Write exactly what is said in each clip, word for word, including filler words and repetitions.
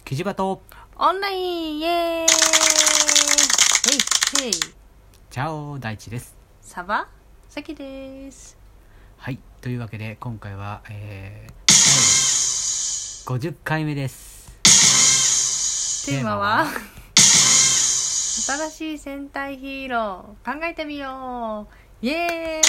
キジバトオンラインイエーイヘイヘイチャオ大地です。 サバサキです。 はい、というわけで今回は、えー、ごじゅっかいめです。 テーマは新しい戦隊ヒーロー考えてみようイエーイ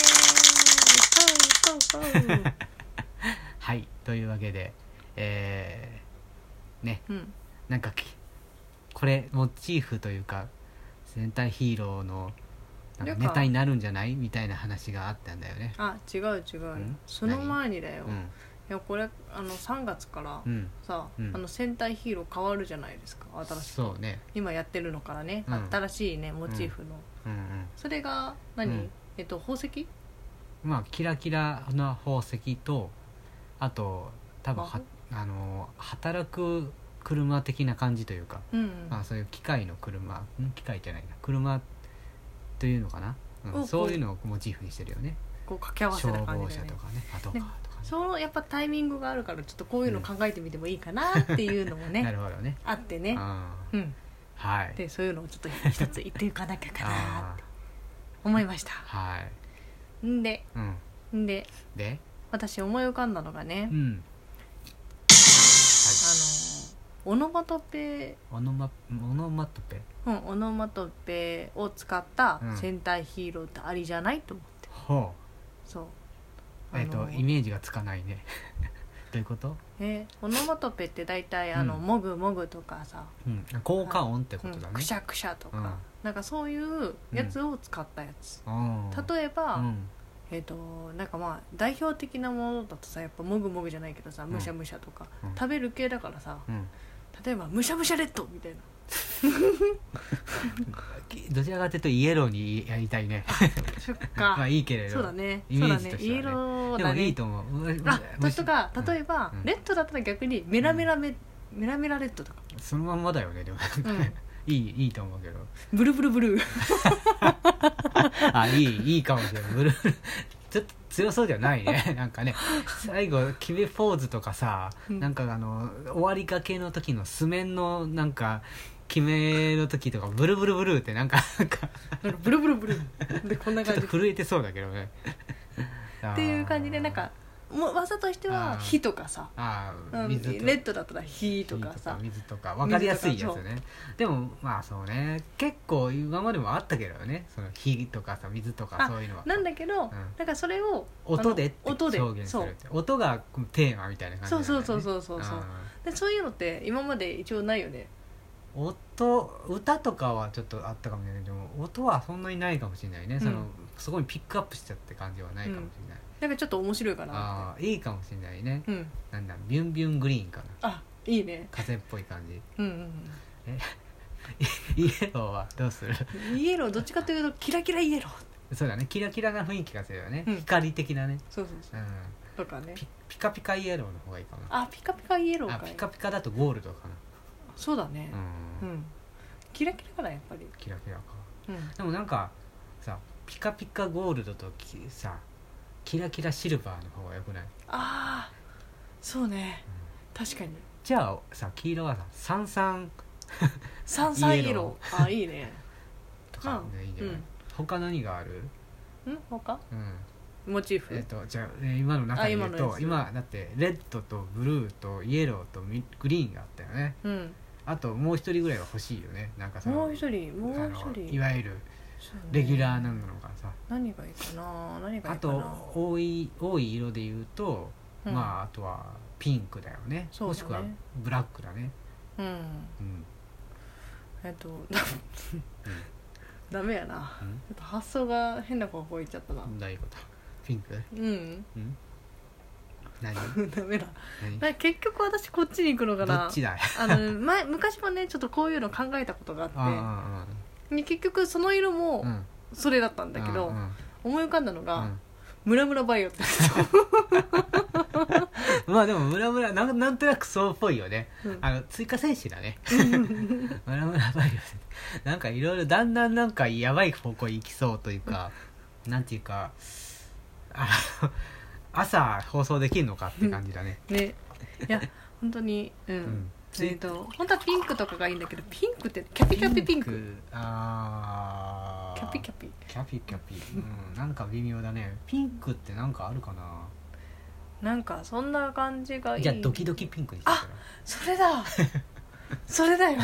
ほうほうほうはい、というわけでえー、ね、うん、なんかこれモチーフというか戦隊ヒーローのなんかネタになるんじゃないみたいな話があったんだよね。 あ、違う違う、うん、その前にだよ、うん、いやこれあのさんがつからさ、うん、あの戦隊ヒーロー変わるじゃないですか。新しいそうね、 今やってるのからね、うん、新しいねモチーフの、うんうんうん、それが何、うん、えっと宝石、 まあキラキラな宝石とあと多分はあの働く車的な感じというか、うんうん、まあ、そういう機械の車機械じゃないな車というのかな、うん、そういうのをモチーフにしてるよね。 こう掛け合わせた感じだよね。 消防車とかねパトカーとかね、 そのやっぱタイミングがあるからちょっとこういうの考えてみてもいいかなっていうのもね、うん、なるほどねあってね、うん、はい、でそういうのをちょっと一つ言っていかなきゃかなって思いました。はい。んで、うん、でで私思い浮かんだのがね、うん、オノマトペオノマ、オノマトペうん、オノマトペを使った戦隊ヒーローってありじゃないと思って、うん、ほうそうえっ、ー、とイメージがつかないねどういうこと？ えー、オノマトペって大体あの、うん、もぐもぐとかさ、 うん、効果音ってことだね、うん、 くしゃくしゃとか、うん、なんかそういうやつを使ったやつ、うん、例えば、うん、えーとなんかまあ代表的なものだとさやっぱもぐもぐじゃないけどさ、むしゃむしゃとか、うん、食べる系だからさ、うん、例えばむしゃむしゃレッドみたいなどちらかというとイエローにやりたいねそっかまあいいけれどそうだねイメージとしてはね、イエローだね、 でもいいと思う。 あとか例えば、うん、レッドだったら逆にメラメラメ、うん、メラメラレッドとかそのまんまだよねでも、うん、いいいいと思うけどブルブルブルあいいいいかもしれないブルブルちょっと強そうじゃないねなんかね最後決めポーズとかさ、うん、なんかあの終わりかけの時の素面のなんか決めの時とかブルブルブルってなんかなんかブルブルブルでこんな感じちょっと震えてそうだけどねっていう感じでなんかもう技としては火とかさあ水とレッドだったら火とかさ水とか分かりやすいやつね。でもまあそうね結構今までもあったけどねその火とかさ水とかそういうのはなんだけど、うん、だからそれを音でって表現するって音がテーマみたいな感じなんだよね。 そうそうそうそうそうでそういうのって今まで一応ないよね。 音歌とかはちょっとあったかもしれないけど音はそんなにないかもしれないね、うん、そのそこにピックアップしちゃって感じはないかもしれない、うん、 なんかちょっと面白いかなって。 あいいかもしれないね、うん、なんだビュンビュングリーンかな。 あいいね風っぽい感じ。うんうん、うん、えイエローはどうする？ イエローどっちかというとキラキライエローそうだねキラキラな雰囲気がするよね、うん、光的なねそうそうそう、うん、とかね ピ, ピカピカイエローの方がいいかな。 あピカピカイエローかあピカピカだとゴールドかな。 そうだね、うんうん、キラキラかなやっぱりキラキラか、うん、でもなんかさピカピカゴールドとさキラキラシルバーの方がよくない？ああそうね、うん、確かに。 じゃあさ黄色はさサンサンサンサンイエローあいいねとかね、うん、いいんじゃない、うん、他何がある？ ん他、うん、モチーフえっとじゃあ、ね、今の中で言うと 今, 今だってレッドとブルーとイエローとグリーンがあったよね、うん、あともう一人ぐらいは欲しいよね。なんかそのもう一人もう一人いわゆるレギュラーなのがさ、ね、 何がいいかな何がいいかな。 あと多い多い色で言うと、うん、まああとはピンクだよ ね, だねもしくはブラックだね。うん、うん、 えっとダメやな、うん、ちょっと発想が変な方向行っちゃったな。 どういうことピンク？うん、うん、何ダメだ何結局私こっちに行くのかな。 どっちだいあの前昔もねちょっとこういうの考えたことがあってああ結局その色もそれだったんだけど、うん、思い浮かんだのが、うん、ムラムラバイオってまあでもムラムラ な, なんとなくそうっぽいよね、うん、あの追加戦士だねムラムラバイオなんかいろいろだんだんなんかやばい方向行きそうというかなんていうかあの朝放送できるのかって感じだねねいや本当に、うんうえーと本当はピンクとかがいいんだけど、ピンクってキャピキャピピンク、 ピンクあキャピキャピキャピキャピ、うん、なんか微妙だね。ピンクってなんかあるかな。 なんかそんな感じがいい。 じゃあドキドキピンクにしてたら。 あ、それだそれだよ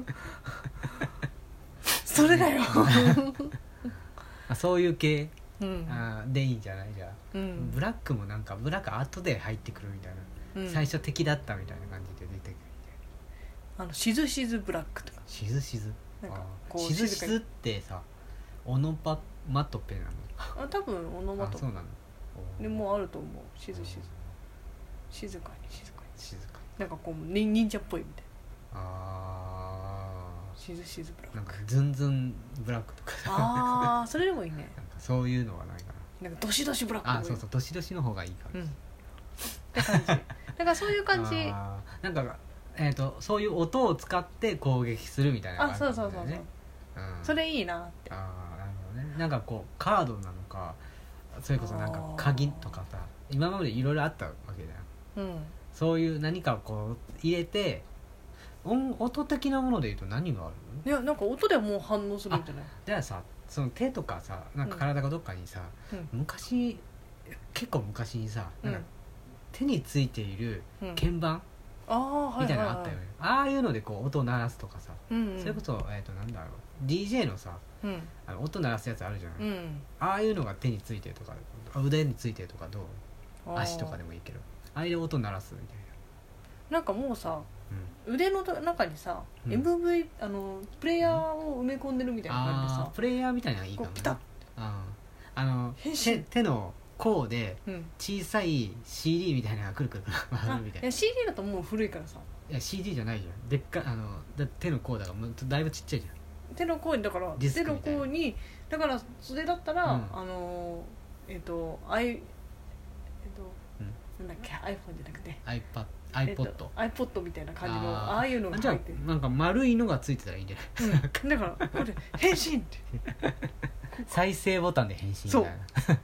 それだよあ、そういう系、 うん、 あでいいんじゃない。じゃあ、うん、ブラックもなんかブラック後で入ってくるみたいな、うん、最初敵だったみたいな感じで出てくるみたいな。あのシズシズブラックとかシズシズなんかこうシズシズってさオノパマトペなの。 あ、多分オノマトペ。 そうなの。 でもあると思う。シズシズ静かに静かに静かになんかこう忍者っぽいみたいな。 あーシズシズブラックなんかズンズンブラックとかああそれでもいいね。 なんかそういうのはないかな。なんかドシドシブラック。 あ、そうそう、ドシドシの方がいいかも、うん、 って感じだからそういう感じあなんか、えーと、そういう音を使って攻撃するみたいな感じ、ね、 あ、そうそうそうそう、うん、それいいなって。 ああ、なるほどね。なんかこうカードなのか、それこそなんか鍵とかさ、今までいろいろあったわけだよ、うん、そういう何かをこう入れて音, 音的なものでいうと何がある？ いや、なんか音でもう反応するんじゃない？ じゃあさ、その手とかさ、なんか体がどっかにさ、うん、昔結構昔にさ、なんか手についている鍵盤、うん、みたいなのあったよね、ああいうのでこう音を鳴らすとかさ、うんうん、それこそ、えーと、なんだろう ディージェー のさ、うん、あの音鳴らすやつあるじゃない、うん、ああいうのが手についてるとか腕についてるとかどう？足とかでもいいけど、ああいう音鳴らすみたいな。なんかもうさ、うん、腕の中にさ、うん、エムブイ あのプレイヤーを埋め込んでるみたいな感じでさ、 プレイヤーみたいなのがいいかもね。ピタッ、ああの手, 手の甲で小さい シーディー みたいなのがくるくる回るみたいな。 いや シーディー だともう古いからさ。 いや シーディー じゃないじゃん。でっかあのだ手の甲だからもうだいぶちっちゃいじゃん。 手の甲にだから手の甲にだからそれだったら、うん、あのえっ、ー、と i えっ、ー、と、うん、なんだっけ iPhone じゃなくて iPad iPod、 えー、iPod みたいな感じの あ, ああいうのが入ってる。じゃあなんか丸いのがついてたらいいんじゃない、 うん、だからこれ変身って再生ボタンで変身みたいな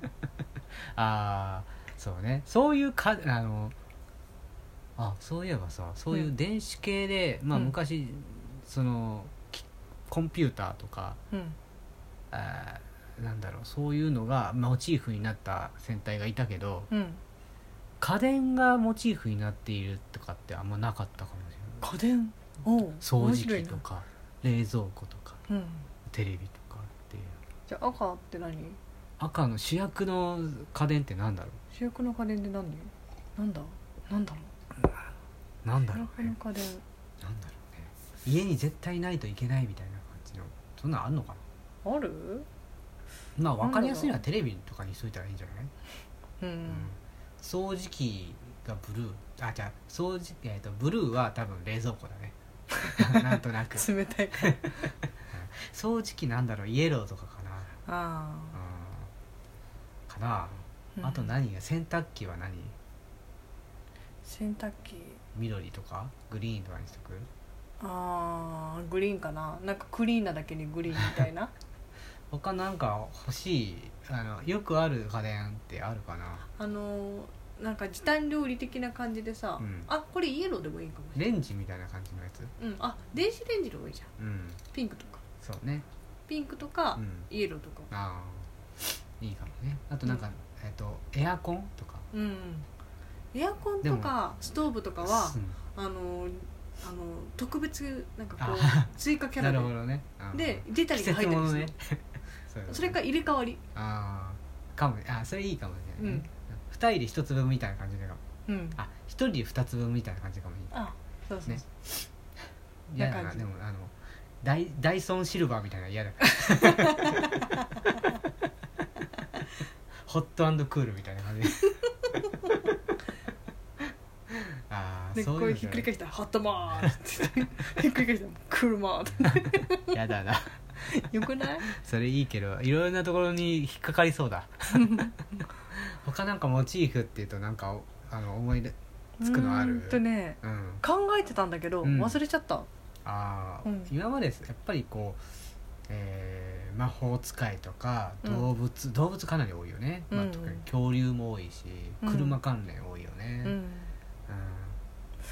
ああそうね、そういうかあのあそういえばさ、そういう電子系で、うん、まあ昔、うん、そのコンピューターとか、うん、あなんだろう、そういうのがモチーフになった戦隊がいたけど、うん、家電がモチーフになっているとかってあんまなかったかもしれない。 家電、お掃除機とか冷蔵庫とか、うん、テレビとかっていう。 じゃあ赤って何？ 赤の主役の家電ってなんだろう。 主役の家電って何？なんだなんだろうなんだろう、ね、 主役の家電なんだろうね。家に絶対ないといけないみたいな感じの、そんなのあんのかな。ある？ まあ分かりやすいのはテレビとかにしといたらいいんじゃない？うん、うん、掃除機がブルー、あ、じゃあ掃除、えーと、ブルーは多分冷蔵庫だねなんとなく冷たいから掃除機なんだろう、イエローとかかなあ、 うん、かな、うん、あと何が、洗濯機は何？ 洗濯機緑とかグリーンとかにしとく？ あーグリーンかな、なんかクリーンなだけにグリーンみたいな他なんか欲しい、あのよくある家電ってあるかな。 あのなんか時短料理的な感じでさ、うん、あこれイエローでもいいかもしれない。 レンジみたいな感じのやつ、 うん、あ電子レンジでもいいじゃん、うん、ピンクとか。 そうね、 ピンクとか、うん、イエローとか、 ああいいかもね。あとなんか、うん、えっとエアコンとか、 うん、エアコンとかストーブとかは、うん、あのあの特別なんかこう追加キャラでなるほど、ね、 で出たり入ったりする、ね、そ, それか入れ替わり、 あかも、あそれいいかもしれないね、うん、ふたりでひとつぶんみたいな感じで、うん、あひとりでふたつぶんみたいな感じかもいい。 あそうそうそう、ね、 嫌だな。でもあのダ イ, ダイソンシルバーみたいなの嫌だからホット&クールみたいな感じであでそういうひっくり返したらホットマーってひっくり返したらクールマーってやだなよくない？ それいいけどいろんなところに引っかかりそうだ他なんかモチーフっていうとなんかあの思い出つくのある？ うんとね、うん、考えてたんだけど、うん、忘れちゃった。 あ、うん、今までやっぱりこう、えー、魔法使いとか動物、うん、動物かなり多いよね、うんうん、まあ、特に恐竜も多いし、うん、車関連多いよね、うんうん、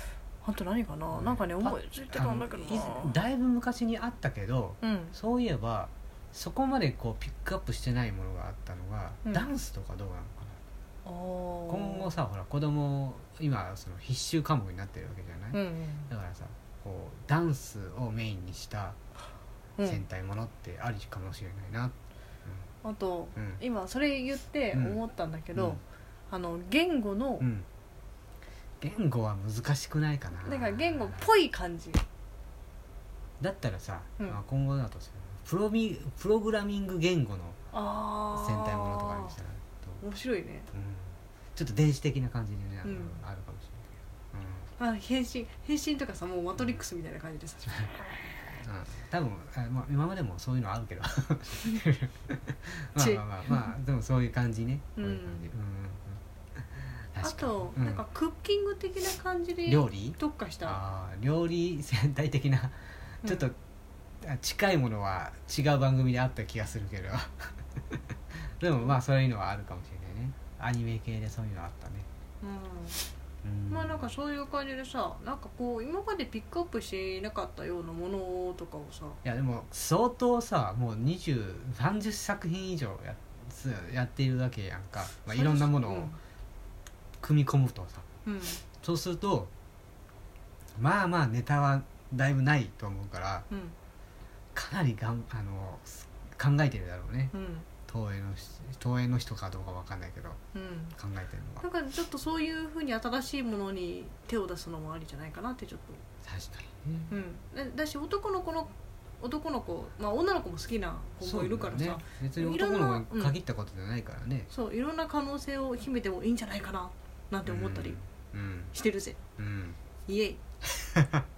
あと何かな、うん、なんかね思いついてたんだけどな、 だいぶ昔にあったけど、うん、そういえばそこまでこうピックアップしてないものがあったのが、うん、ダンスとかどうなのかな。今後さほら子供今その必修科目になってるわけじゃない、うんうん、だからさこうダンスをメインにした戦隊ものってありかもしれないな、 うん、あと、うん、今それ言って思ったんだけど、うん、あの言語の、うん言語は難しくないかな。 だから言語っぽい感じだったらさ、うんまあ、今後だとプロミプログラミング言語の戦隊ものとかにしたら面白いね、うん、 ちょっと電子的な感じに、ねうん、あるかもしれないけど、うん、あ変身変身とかさもうマトリックスみたいな感じでさ、 うん、多分あ、まあ、今までもそういうのあるけどまあまあまあまあでもそういう感じね、うん、こういう感じ、うんあと、うん、なんかクッキング的な感じで料理特化したあ料理戦隊的なちょっと近いものは違う番組であった気がするけどでもまあそういうのはあるかもしれないね。アニメ系でそういうのあったね、 うんうん、まあなんかそういう感じでさなんかこう今までピックアップしてなかったようなものとかをさいやでも相当さもうにじゅう、さんじゅっさくひん以上 や, やっているわけやんか、まあ、いろんなものを、うん組み込むとさ、うん、そうするとまあまあネタはだいぶないと思うから、うん、かなりがんあの考えてるだろうね、うん、東映の東映の人かどうかわかんないけど、うん、考えてるのはなんかちょっとそういうふうに新しいものに手を出すのもありじゃないかなってちょっと確かにね、 うん、だ, だし男の子の男の子、まあ、女の子も好きな子もいるからさ、ね、 別に男の子に限ったことじゃないからね、 うん、そういろんな可能性を秘めてもいいんじゃないかななんて思ったりしてるぜ、うんうん、イエイ